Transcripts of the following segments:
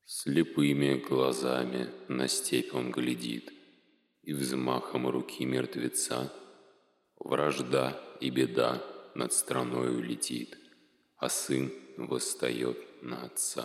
Слепыми глазами на степь он глядит, и взмахом руки мертвеца вражда и беда над страною летит, а сын восстает на отца.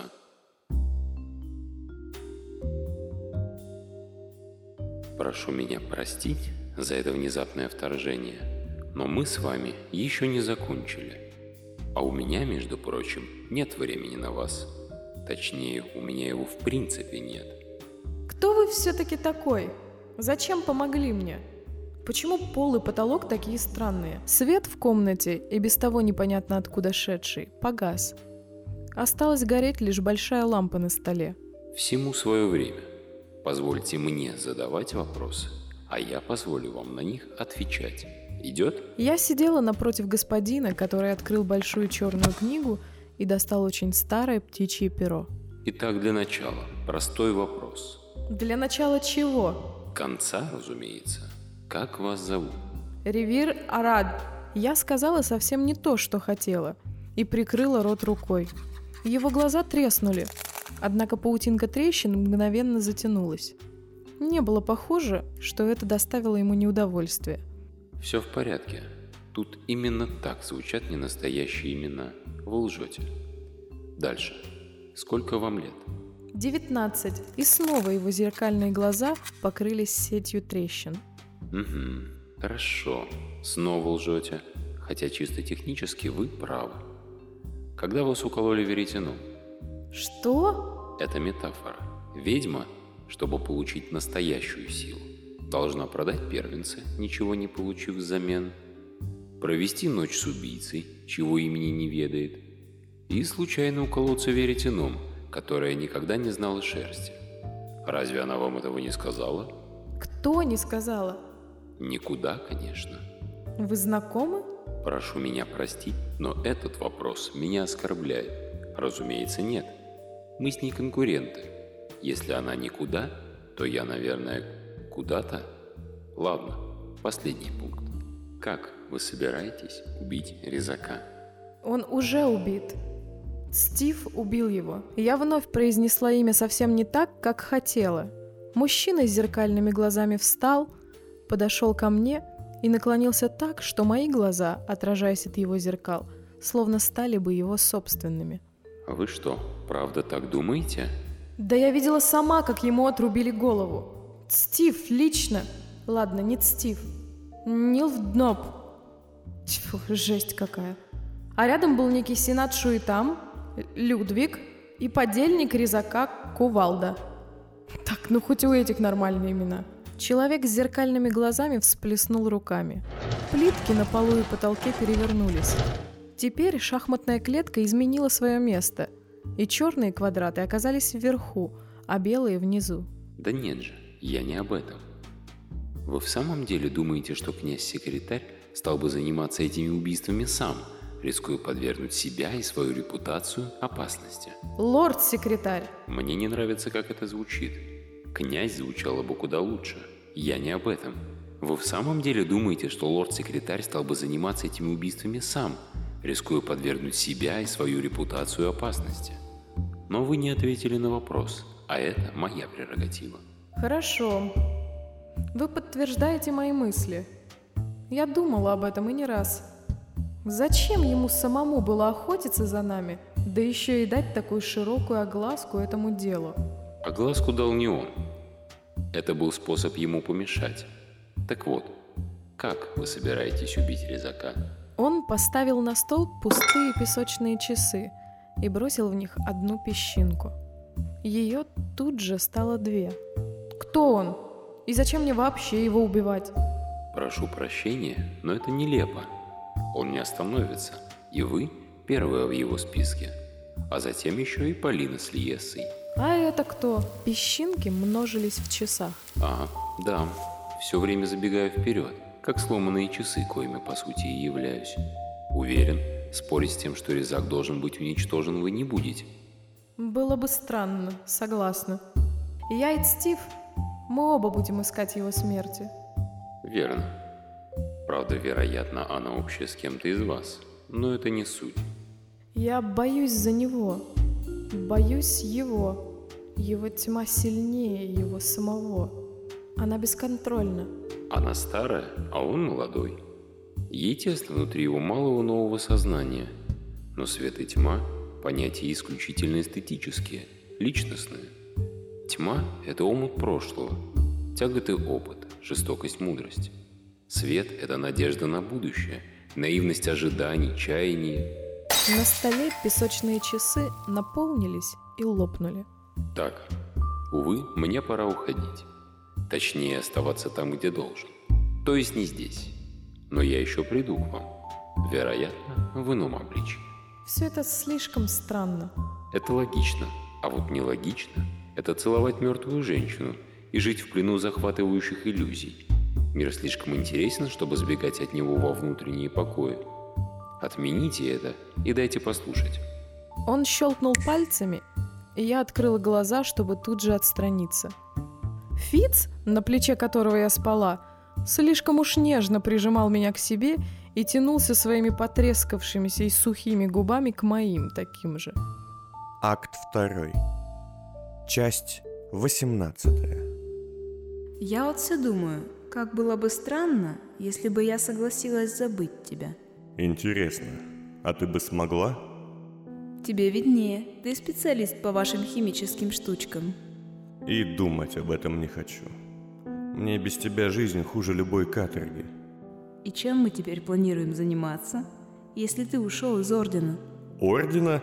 Прошу меня простить за это внезапное вторжение, но мы с вами еще не закончили. А у меня, между прочим, нет времени на вас. Точнее, у меня его в принципе нет. Кто вы все-таки такой? Зачем помогли мне? Почему пол и потолок такие странные? Свет в комнате, и без того непонятно откуда шедший, погас. Осталась гореть лишь большая лампа на столе. Всему свое время. Позвольте мне задавать вопросы, а я позволю вам на них отвечать. Идет? Я сидела напротив господина, который открыл большую черную книгу и достал очень старое птичье перо. Итак, для начала простой вопрос. Для начала чего? Конца, разумеется. Как вас зовут? Ревир Арад. Я сказала совсем не то, что хотела, и прикрыла рот рукой. Его глаза треснули, однако паутинка трещин мгновенно затянулась. Не было похоже, что это доставило ему неудовольствие. Все в порядке. Тут именно так звучат ненастоящие имена. Вы лжете. Дальше. Сколько вам лет? 19. И снова его зеркальные глаза покрылись сетью трещин. Угу. Хорошо. Снова лжете. Хотя чисто технически вы правы. Когда вас укололи веретеном? Что? Это метафора. Ведьма, чтобы получить настоящую силу, должна продать первенца, ничего не получив взамен, провести ночь с убийцей, чего имени не ведает, и случайно уколоться веретеном, которая никогда не знала шерсти. Разве она вам этого не сказала? Кто не сказала? Никуда, конечно. Вы знакомы? Прошу меня простить, но этот вопрос меня оскорбляет. Разумеется, нет. Мы с ней конкуренты. Если она никуда, то я, наверное, куда-то. Ладно, последний пункт. Как вы собираетесь убить резака? Он уже убит. Стив убил его. Я вновь произнесла имя совсем не так, как хотела. Мужчина с зеркальными глазами встал, подошел ко мне и наклонился так, что мои глаза, отражаясь от его зеркал, словно стали бы его собственными. Вы что, правда так думаете? Да я видела сама, как ему отрубили голову. Стив лично. Ладно, не Стив. Нилфдноп. Тьфу, жесть какая. А рядом был некий сенат Шуитам, Людвиг и подельник резака Кувалда. Так, ну хоть у этих нормальные имена. Человек с зеркальными глазами всплеснул руками. Плитки на полу и потолке перевернулись. Теперь шахматная клетка изменила свое место, и черные квадраты оказались вверху, а белые внизу. Да нет же, я не об этом. Вы в самом деле думаете, что князь-секретарь стал бы заниматься этими убийствами сам, рискуя подвергнуть себя и свою репутацию опасности? Лорд-секретарь! Мне не нравится, как это звучит. Князь звучало бы куда лучше. Я не об этом. Вы в самом деле думаете, что лорд-секретарь стал бы заниматься этими убийствами сам, рискуя подвергнуть себя и свою репутацию опасности? Но вы не ответили на вопрос, а это моя прерогатива. Хорошо. Вы подтверждаете мои мысли. Я думала об этом и не раз. Зачем ему самому было охотиться за нами, да еще и дать такую широкую огласку этому делу? Огласку дал не он. Это был способ ему помешать. Так вот, как вы собираетесь убить резака? Он поставил на стол пустые песочные часы и бросил в них одну песчинку. Ее тут же стало 2. Кто он? И зачем мне вообще его убивать? Прошу прощения, но это нелепо. Он не остановится, и вы первая в его списке. А затем еще и Полина с Лиессой. А это кто? Песчинки множились в часах. А, да, все время забегаю вперед, как сломанные часы, коими по сути и являюсь. Уверен, спорить с тем, что резак должен быть уничтожен, вы не будете. Было бы странно, согласна. Я и Стив, мы оба будем искать его смерти. Верно. Правда, вероятно, она общая с кем-то из вас, но это не суть. Я боюсь за него. Боюсь его. Его тьма сильнее его самого. Она бесконтрольна. Она старая, а он молодой. Ей тесно внутри его малого нового сознания. Но свет и тьма – понятия исключительно эстетические, личностные. Тьма – это омут прошлого, тяготы опыт, жестокость, мудрость. Свет – это надежда на будущее, наивность ожиданий, чаяний. На столе песочные часы наполнились и лопнули. Так, увы, мне пора уходить. Точнее, оставаться там, где должен. То есть не здесь. Но я еще приду к вам. Вероятно, в ином обличии. Все это слишком странно. Это логично. А вот нелогично – это целовать мертвую женщину и жить в плену захватывающих иллюзий. Мир слишком интересен, чтобы сбегать от него во внутренние покои. Отмените это и дайте послушать. Он щелкнул пальцами, и я открыла глаза, чтобы тут же отстраниться. Фиц, на плече которого я спала, слишком уж нежно прижимал меня к себе и тянулся своими потрескавшимися и сухими губами к моим таким же. Акт 2. Часть 18. Я вот все думаю, как было бы странно, если бы я согласилась забыть тебя. Интересно, а ты бы смогла? Тебе виднее, ты специалист по вашим химическим штучкам. И думать об этом не хочу. Мне без тебя жизнь хуже любой каторги. И чем мы теперь планируем заниматься, если ты ушел из Ордена? Ордена?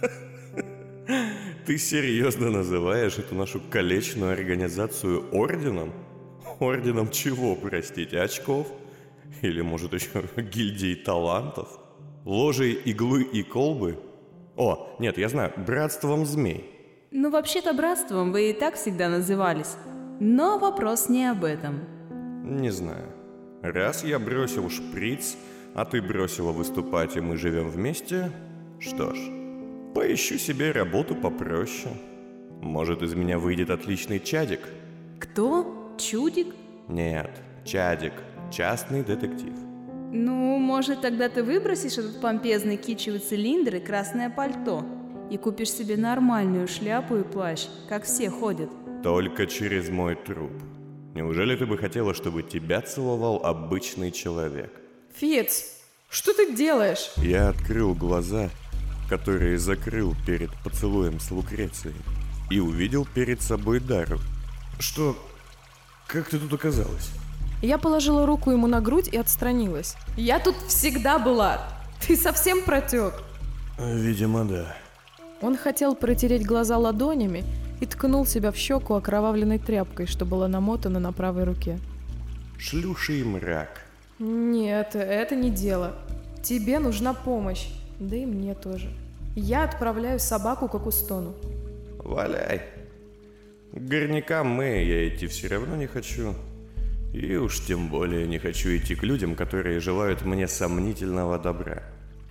Ты серьезно называешь эту нашу колечную организацию орденом? Орденом чего, простите, очков? Или, может, еще гильдией талантов? Ложей иглы и колбы? О, нет, я знаю, братством змей. Ну, вообще-то братством вы и так всегда назывались. Но вопрос не об этом. Не знаю. Раз я бросил шприц, а ты бросила выступать, и мы живем вместе, что ж, поищу себе работу попроще. Может, из меня выйдет отличный чадик? Кто? Чудик? Нет, чадик. Частный детектив. Ну, может, тогда ты выбросишь этот помпезный кичевый цилиндр и красное пальто и купишь себе нормальную шляпу и плащ, как все ходят. Только через мой труп. Неужели ты бы хотела, чтобы тебя целовал обычный человек? Фиц, что ты делаешь? Я открыл глаза, которые закрыл перед поцелуем с Лукрецией, и увидел перед собой Дару. Что? Как ты тут оказалась? Я положила руку ему на грудь и отстранилась. Я тут всегда была. Ты совсем протек? Видимо, да. Он хотел протереть глаза ладонями и ткнул себя в щеку окровавленной тряпкой, что была намотана на правой руке. Шлюший мрак. Нет, это не дело. Тебе нужна помощь. Да и мне тоже. Я отправляю собаку к Акустону. Валяй. К горнякам Мэй я идти все равно не хочу. И уж тем более не хочу идти к людям, которые желают мне сомнительного добра.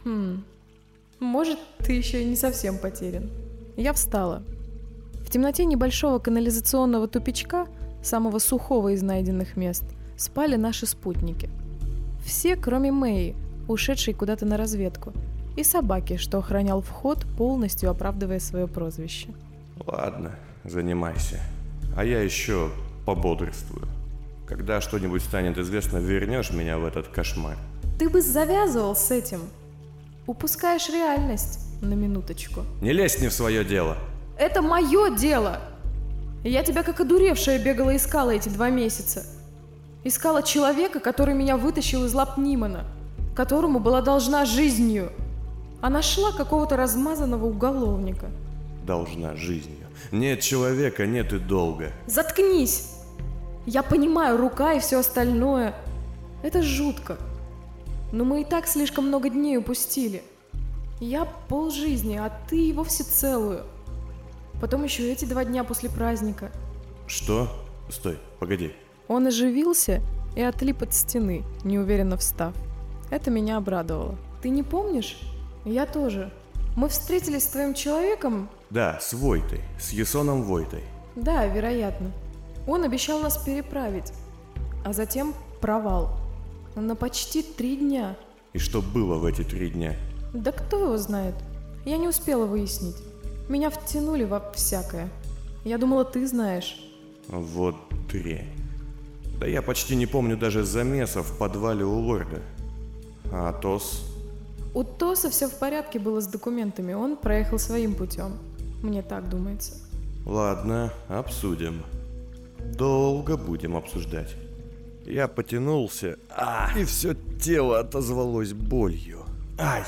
Может, ты еще и не совсем потерян. Я встала. В темноте небольшого канализационного тупичка, самого сухого из найденных мест, спали наши спутники. Все, кроме Мэи, ушедшей куда-то на разведку, и собаки, что охранял вход, полностью оправдывая свое прозвище. Ладно, занимайся. А я еще пободрствую. Когда что-нибудь станет известно, вернешь меня в этот кошмар. Ты бы завязывал с этим. Упускаешь реальность на минуточку. Не лезь не в свое дело. Это мое дело. Я тебя как одуревшая бегала искала эти 2 месяца. Искала человека, который меня вытащил из лап Нимана, которому была должна жизнью. А нашла какого-то размазанного уголовника. Должна жизнью. Нет человека, нет и долга. Заткнись! Я понимаю, рука и все остальное. Это жутко. Но мы и так слишком много дней упустили. Я полжизни, а ты и вовсе целую. Потом еще эти 2 дня после праздника. Что? Стой, погоди. Он оживился и отлип от стены, неуверенно встав. Это меня обрадовало. Ты не помнишь? Я тоже. Мы встретились с твоим человеком? Да, с Войтой, с Ясоном Войтой. Да, вероятно. Он обещал нас переправить. А затем провал. На почти 3 дня. И что было в эти 3 дня? Да кто его знает? Я не успела выяснить. Меня втянули во всякое. Я думала, ты знаешь. Вот дрянь. Да я почти не помню даже замеса в подвале у лорда. А Атос? У Тоса все в порядке было с документами, он проехал своим путем. Мне так думается. Ладно, обсудим. Долго будем обсуждать. Я потянулся, и все тело отозвалось болью. Ай!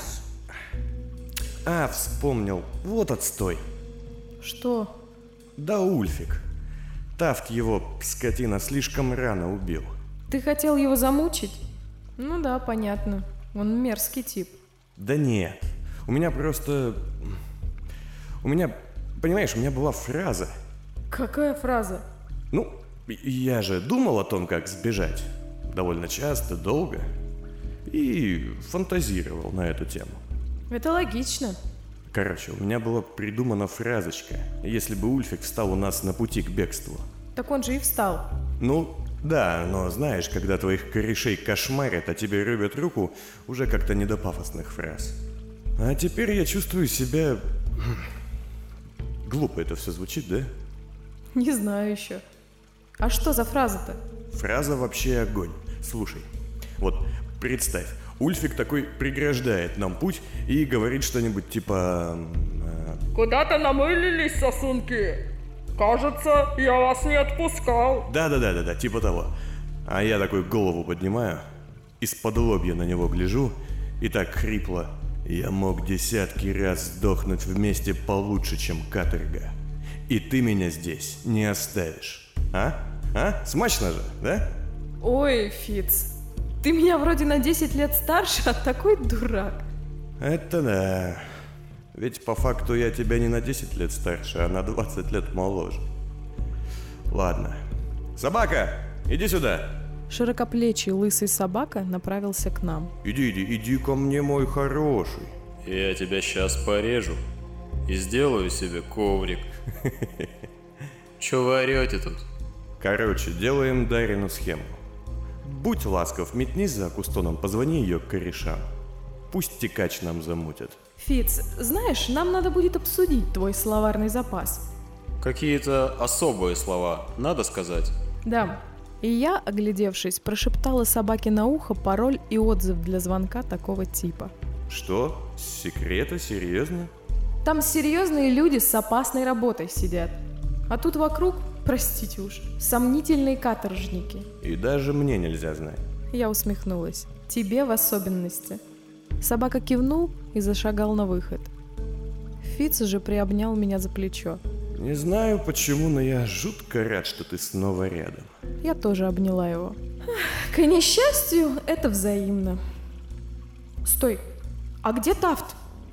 Вспомнил. Вот отстой. Что? Да Ульфик. Тафт его, скотина, слишком рано убил. Ты хотел его замучить? Ну да, понятно. Он мерзкий тип. Да нет. У меня просто... Понимаешь, у меня была фраза. Какая фраза? Ну, я же думал о том, как сбежать. Довольно часто, долго. И фантазировал на эту тему. Это логично. Короче, у меня была придумана фразочка, если бы Ульфик встал у нас на пути к бегству. Так он же и встал. Ну, да, но знаешь, когда твоих корешей кошмарят, а тебе рубят руку, уже как-то не до пафосных фраз. А теперь я чувствую себя... Глупо это все звучит, да? Не знаю еще. А что за фраза-то? Фраза вообще огонь. Слушай, вот представь, Ульфик такой преграждает нам путь и говорит что-нибудь типа... Куда-то намылились, сосунки? Кажется, я вас не отпускал. Да, типа того. А я такой голову поднимаю, из-под лобья на него гляжу и так хрипло. Я мог десятки раз сдохнуть вместе получше, чем каторга. И ты меня здесь не оставишь. Смачно же, да? Ой, Фиц, ты меня вроде на 10 лет старше, а такой дурак. Это да. Ведь по факту я тебя не на 10 лет старше, а на 20 лет моложе. Ладно. Собака, иди сюда. Широкоплечий лысый собака направился к нам. Иди ко мне, мой хороший. Я тебя сейчас порежу и сделаю себе коврик. Чё вы орёте тут? Короче, делаем Дарину схему. Будь ласков, метнись за Акустоном, позвони ее корешам. Пусть текач нам замутят. Фиц, знаешь, нам надо будет обсудить твой словарный запас. Какие-то особые слова, надо сказать? Да. И я, оглядевшись, прошептала собаке на ухо пароль и отзыв для звонка такого типа. Что? Секреты? Серьезно? Там серьезные люди с опасной работой сидят. А тут вокруг, простите уж, сомнительные каторжники. И даже мне нельзя знать. Я усмехнулась. Тебе в особенности. Собака кивнул и зашагал на выход. Фиц же приобнял меня за плечо. Не знаю почему, но я жутко рад, что ты снова рядом. Я тоже обняла его. К несчастью, это взаимно. Стой, а где Тафт?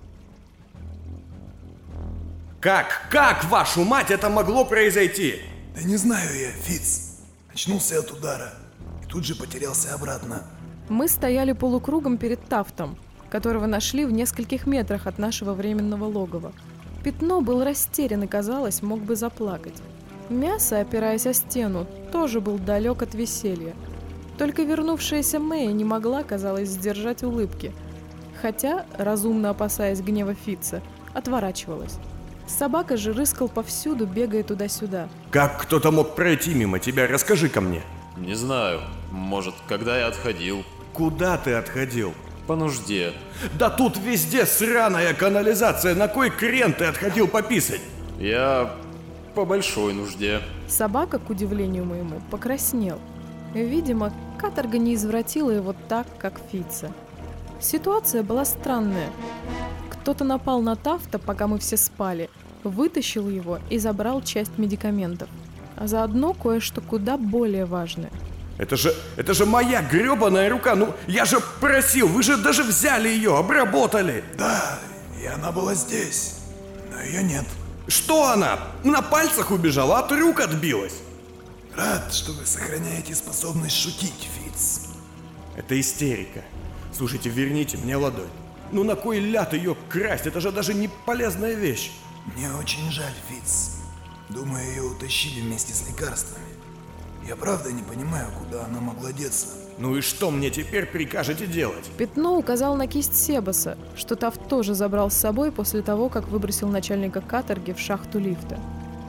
Как, вашу мать, это могло произойти? Да не знаю я, Фиц. Очнулся от удара и тут же потерялся обратно. Мы стояли полукругом перед Тафтом, которого нашли в нескольких метрах от нашего временного логова. Пятно был растерян и, казалось, мог бы заплакать. Мясо, опираясь о стену, тоже был далек от веселья. Только вернувшаяся Мэя не могла, казалось, сдержать улыбки. Хотя, разумно опасаясь гнева Фитца, отворачивалась. Собака же рыскал повсюду, бегая туда-сюда. Как кто-то мог пройти мимо тебя? Расскажи-ка мне. Не знаю, может, когда я отходил. Куда ты отходил? По нужде. Да тут везде сраная канализация, на кой крен ты отходил пописать? Я по большой нужде. Собака, к удивлению моему, покраснел. Видимо, каторга не извратила его так, как Фитца. Ситуация была странная. Кто-то напал на Тафта, пока мы все спали, вытащил его и забрал часть медикаментов. А заодно кое-что куда более важное. Это же моя гребаная рука, ну я же просил, вы же даже взяли ее, обработали. Да, и она была здесь, но ее нет. Что она? На пальцах убежала, от рук отбилась. Рад, что вы сохраняете способность шутить, Фиц. Это истерика. Слушайте, верните мне ладонь. Ну на кой ляд ее красть? Это же даже не полезная вещь. Мне очень жаль, Фиц. Думаю, ее утащили вместе с лекарствами. Я правда не понимаю, куда она могла деться. Ну и что мне теперь прикажете делать? Пятно указал на кисть Себаса, что Тафт тоже забрал с собой после того, как выбросил начальника каторги в шахту лифта.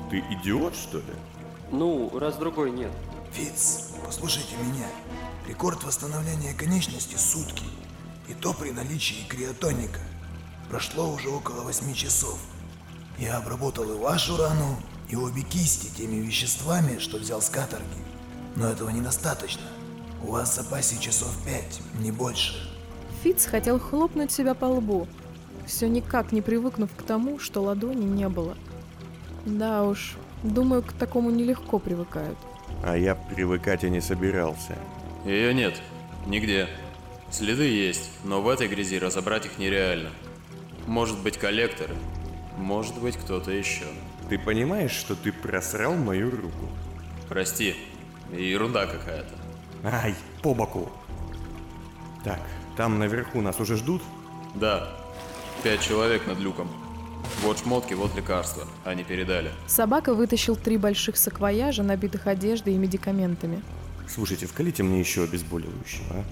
Ты идиот, что ли? Ну, раз-другой нет. Фитц, послушайте меня. Рекорд восстановления конечности — сутки. И то при наличии криотоника. Прошло уже около 8 часов. Я обработал и вашу рану, и обе кисти теми веществами, что взял с каторги. Но этого недостаточно. У вас в запасе часов 5, не больше. Фитц хотел хлопнуть себя по лбу, все никак не привыкнув к тому, что ладони не было. Да уж, думаю, к такому нелегко привыкают. А я привыкать и не собирался. Ее нет. Нигде. Следы есть, но в этой грязи разобрать их нереально. Может быть, коллекторы. Может быть, кто-то еще. Ты понимаешь, что ты просрал мою руку? Прости, ерунда какая-то. Ай, по боку. Так, там наверху нас уже ждут? Да, 5 человек над люком. Вот шмотки, вот лекарства. Они передали. Собака вытащил 3 больших саквояжа, набитых одеждой и медикаментами. Слушайте, вкалите мне еще обезболивающего, а?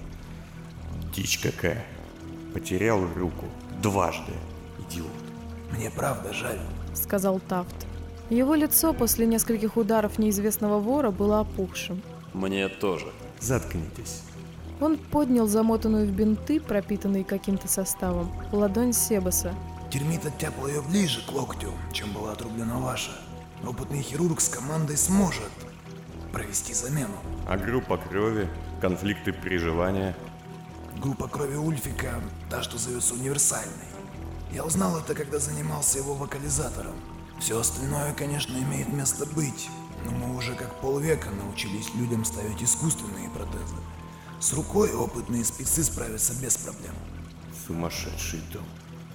Дичь какая. Потерял руку. Дважды. Идиот. Мне правда жаль. Сказал Тафт. Его лицо после нескольких ударов неизвестного вора было опухшим. Мне тоже. Заткнитесь. Он поднял замотанную в бинты, пропитанные каким-то составом, ладонь Себаса. Термит оттяпал ее ближе к локтю, чем была отрублена ваша. Опытный хирург с командой сможет провести замену. А группа крови, конфликты приживания. Группа крови Ульфика, та, что зовется универсальной. Я узнал это, когда занимался его вокализатором. Все остальное, конечно, имеет место быть, но мы уже как полвека научились людям ставить искусственные протезы. С рукой опытные спецы справятся без проблем. Сумасшедший дом.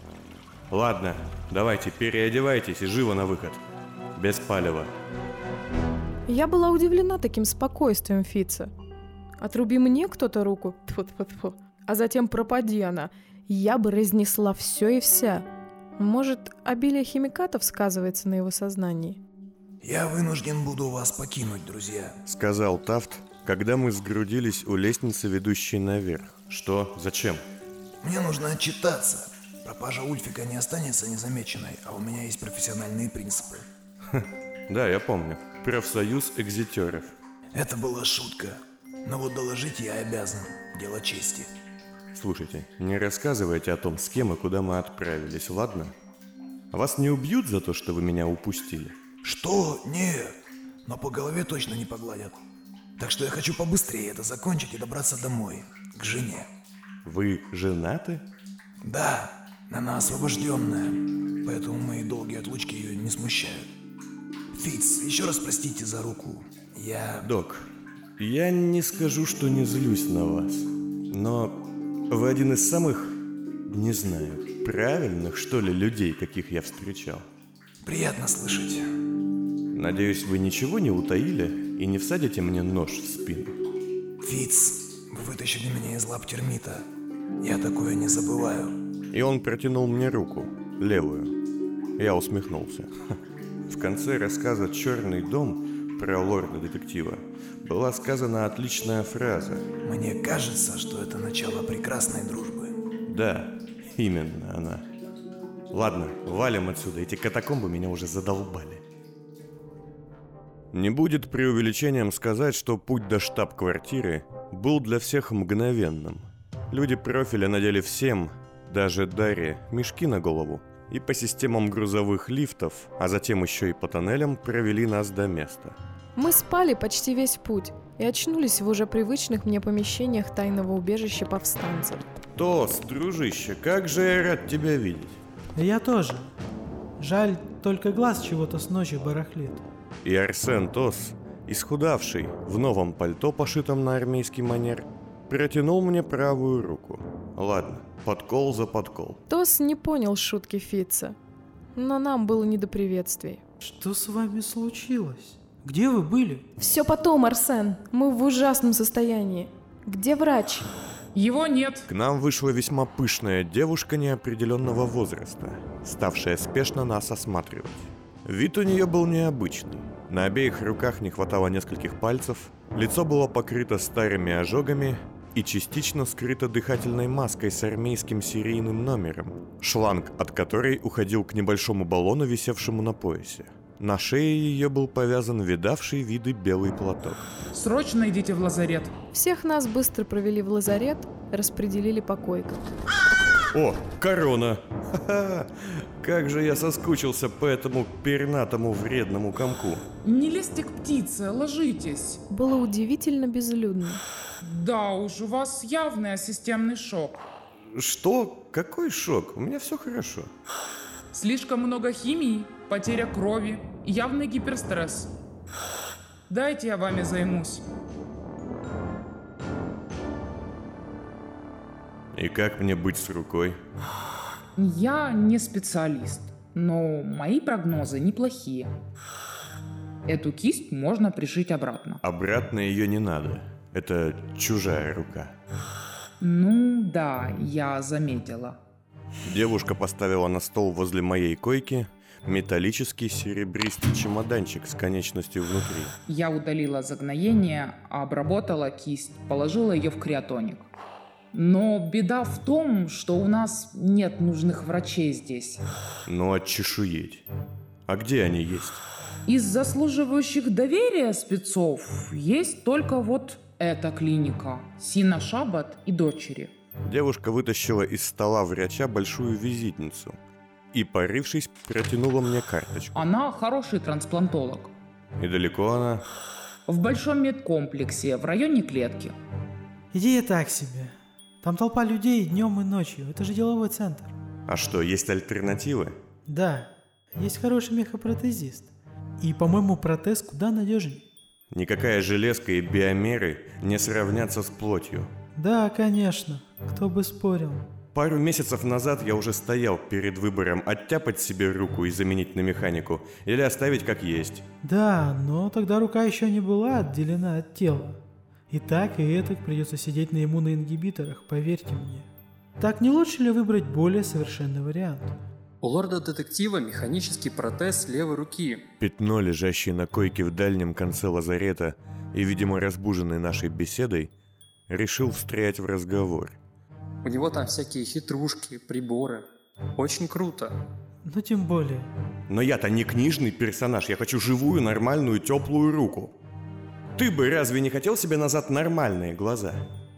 Ладно, давайте, переодевайтесь и живо на выход. Без палева. Я была удивлена таким спокойствием Фитца. Отруби мне кто-то руку, тьфу-тьфу-тьфу, а затем пропади она, я бы разнесла все и вся. Может, обилие химикатов сказывается на его сознании? Я вынужден буду вас покинуть, друзья. Сказал Тафт, когда мы сгрудились у лестницы, ведущей наверх. Что? Зачем? Мне нужно отчитаться. Пропажа Ульфика не останется незамеченной, а у меня есть профессиональные принципы. Да, я помню. Профсоюз экзитеров. Это была шутка. Но вот доложить я обязан. Дело чести. Слушайте, не рассказывайте о том, с кем и куда мы отправились, ладно? Вас не убьют за то, что вы меня упустили? Что? Нет. Но по голове точно не погладят. Так что я хочу побыстрее это закончить и добраться домой, к жене. Вы женаты? Да, она освобожденная, поэтому мои долгие отлучки ее не смущают. Фитц, еще раз простите за руку. Док, я не скажу, что не злюсь на вас, но вы один из самых, не знаю, правильных, что ли, людей, каких я встречал. Приятно слышать. Надеюсь, вы ничего не утаили и не всадите мне нож в спину. Фитц, вы вытащили меня из лап термита. Я такое не забываю. И он протянул мне руку, левую. Я усмехнулся. В конце рассказа «Черный дом» про лорда-детектива была сказана отличная фраза. Мне кажется, что это начало прекрасной дружбы. Да, именно она. Ладно, валим отсюда, эти катакомбы меня уже задолбали. Не будет преувеличением сказать, что путь до штаб-квартиры был для всех мгновенным. Люди профиля надели всем, даже Дарье, мешки на голову, и по системам грузовых лифтов, а затем еще и по тоннелям провели нас до места. Мы спали почти весь путь и очнулись в уже привычных мне помещениях тайного убежища повстанцев. Тос, дружище, как же я рад тебя видеть. Я тоже. Жаль, только глаз чего-то с ночи барахлит. И Арсен Тос, исхудавший, в новом пальто, пошитом на армейский манер, протянул мне правую руку. Ладно, подкол за подкол. Тос не понял шутки Фитца, но нам было не до приветствий. Что с вами случилось? Где вы были? Все потом, Арсен. Мы в ужасном состоянии. Где врач? Его нет. К нам вышла весьма пышная девушка неопределенного возраста, ставшая спешно нас осматривать. Вид у нее был необычный. На обеих руках не хватало нескольких пальцев, лицо было покрыто старыми ожогами и частично скрыто дыхательной маской с армейским серийным номером, шланг от которой уходил к небольшому баллону, висевшему на поясе. На шее ее был повязан видавший виды белый платок. Срочно идите в лазарет. Всех нас быстро провели в лазарет, распределили по койкам. О, корона! Ха-ха! Как же я соскучился по этому пернатому вредному комку. Не лезьте к птице, ложитесь. Было удивительно безлюдно. Да уж, у вас явный системный шок. Что? Какой шок? У меня все хорошо. Слишком много химии, потеря крови и явный гиперстресс. Дайте я вами займусь. И как мне быть с рукой? Я не специалист, но мои прогнозы неплохие. Эту кисть можно пришить обратно. Обратно ее не надо. Это чужая рука. Ну да, я заметила. Девушка поставила на стол возле моей койки металлический серебристый чемоданчик с конечностью внутри. Я удалила загноение, обработала кисть, положила ее в криотоник. Но беда в том, что у нас нет нужных врачей здесь. Ну, отчешуеть. А где они есть? Из заслуживающих доверия спецов есть только вот эта клиника. Сина Шабат и дочери. Девушка вытащила из стола врача большую визитницу и, порывшись, протянула мне карточку. Она хороший трансплантолог. И далеко она? В большом медкомплексе, в районе клетки. Идея так себе. Там толпа людей днем и ночью. Это же деловой центр. А что, есть альтернативы? Да, есть хороший мехопротезист. И, по-моему, протез куда надежнее. Никакая железка и биомеры не сравнятся с плотью. Да, конечно. Кто бы спорил. Пару месяцев назад я уже стоял перед выбором оттяпать себе руку и заменить на механику, или оставить как есть. Да, но тогда рука еще не была отделена от тела. И так, и этак придется сидеть на иммуноингибиторах, поверьте мне. Так не лучше ли выбрать более совершенный вариант? У лорда-детектива механический протез левой руки. Пятно, лежащее на койке в дальнем конце лазарета и, видимо, разбуженный нашей беседой, решил встрять в разговор. У него там всякие хитрушки, приборы. Очень круто. Ну, тем более. Но я-то не книжный персонаж, я хочу живую, нормальную, теплую руку. Ты бы разве не хотел себе назад нормальные глаза?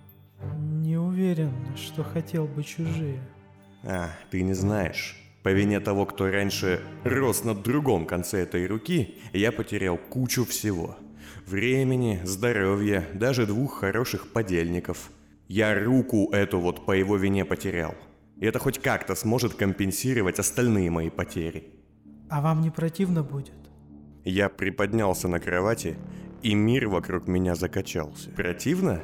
Не уверен, что хотел бы чужие. А, ты не знаешь. По вине того, кто раньше рос на другом конце этой руки, я потерял кучу всего. Времени, здоровья, даже 2 хороших подельников. Я руку эту вот по его вине потерял. И это хоть как-то сможет компенсировать остальные мои потери. А вам не противно будет? Я приподнялся на кровати, и мир вокруг меня закачался. Противно?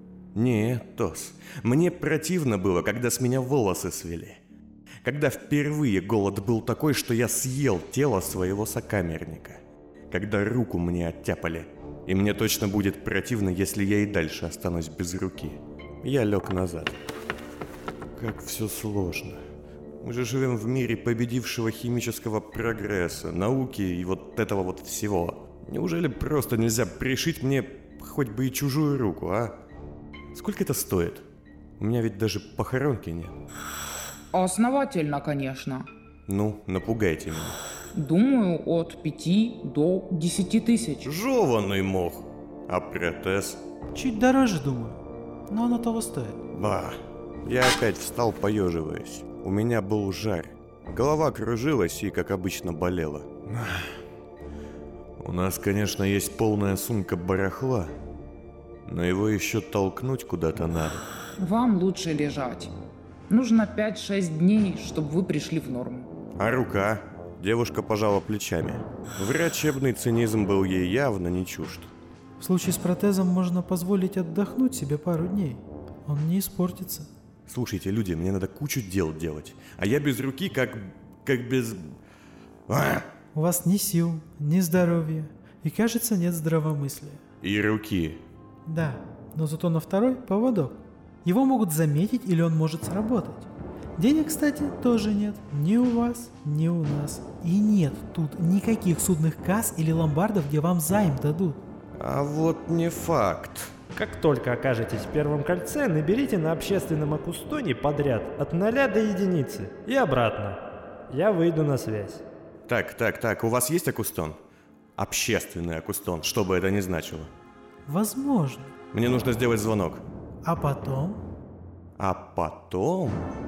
Нет, Тос. Мне противно было, когда с меня волосы свели. Когда впервые голод был такой, что я съел тело своего сокамерника. Когда руку мне оттяпали. И мне точно будет противно, если я и дальше останусь без руки. Я лег назад. Как все сложно. Мы же живем в мире победившего химического прогресса, науки и вот этого вот всего. Неужели просто нельзя пришить мне хоть бы и чужую руку, а? Сколько это стоит? У меня ведь даже похоронки нет. Основательно, конечно. Ну, напугайте меня. Думаю, от 5 до 10 тысяч. Жеванный мох. А протез? Чуть дороже, думаю. Но оно того стоит. Ба. Я опять встал, поеживаясь. У меня был жар. Голова кружилась и, как обычно, болела. У нас, конечно, есть полная сумка барахла, но его еще толкнуть куда-то надо. Вам лучше лежать. Нужно 5-6 дней, чтобы вы пришли в норму. А рука? Девушка пожала плечами. Врачебный цинизм был ей явно не чужд. В случае с протезом можно позволить отдохнуть себе пару дней. Он не испортится. Слушайте, люди, мне надо кучу дел делать. А я без руки как без... У вас ни сил, ни здоровья. И, кажется, нет здравомыслия. И руки. Да, но зато на второй поводок. Его могут заметить или он может сработать. Денег, кстати, тоже нет. Ни у вас, ни у нас. И нет тут никаких судных касс или ломбардов, где вам займ дадут. А вот не факт. Как только окажетесь в первом кольце, наберите на общественном Акустоне подряд от 0 до 1 и обратно. Я выйду на связь. Так, у вас есть акустон? Общественный акустон, что бы это ни значило. Возможно. Мне нужно сделать звонок. А потом? А потом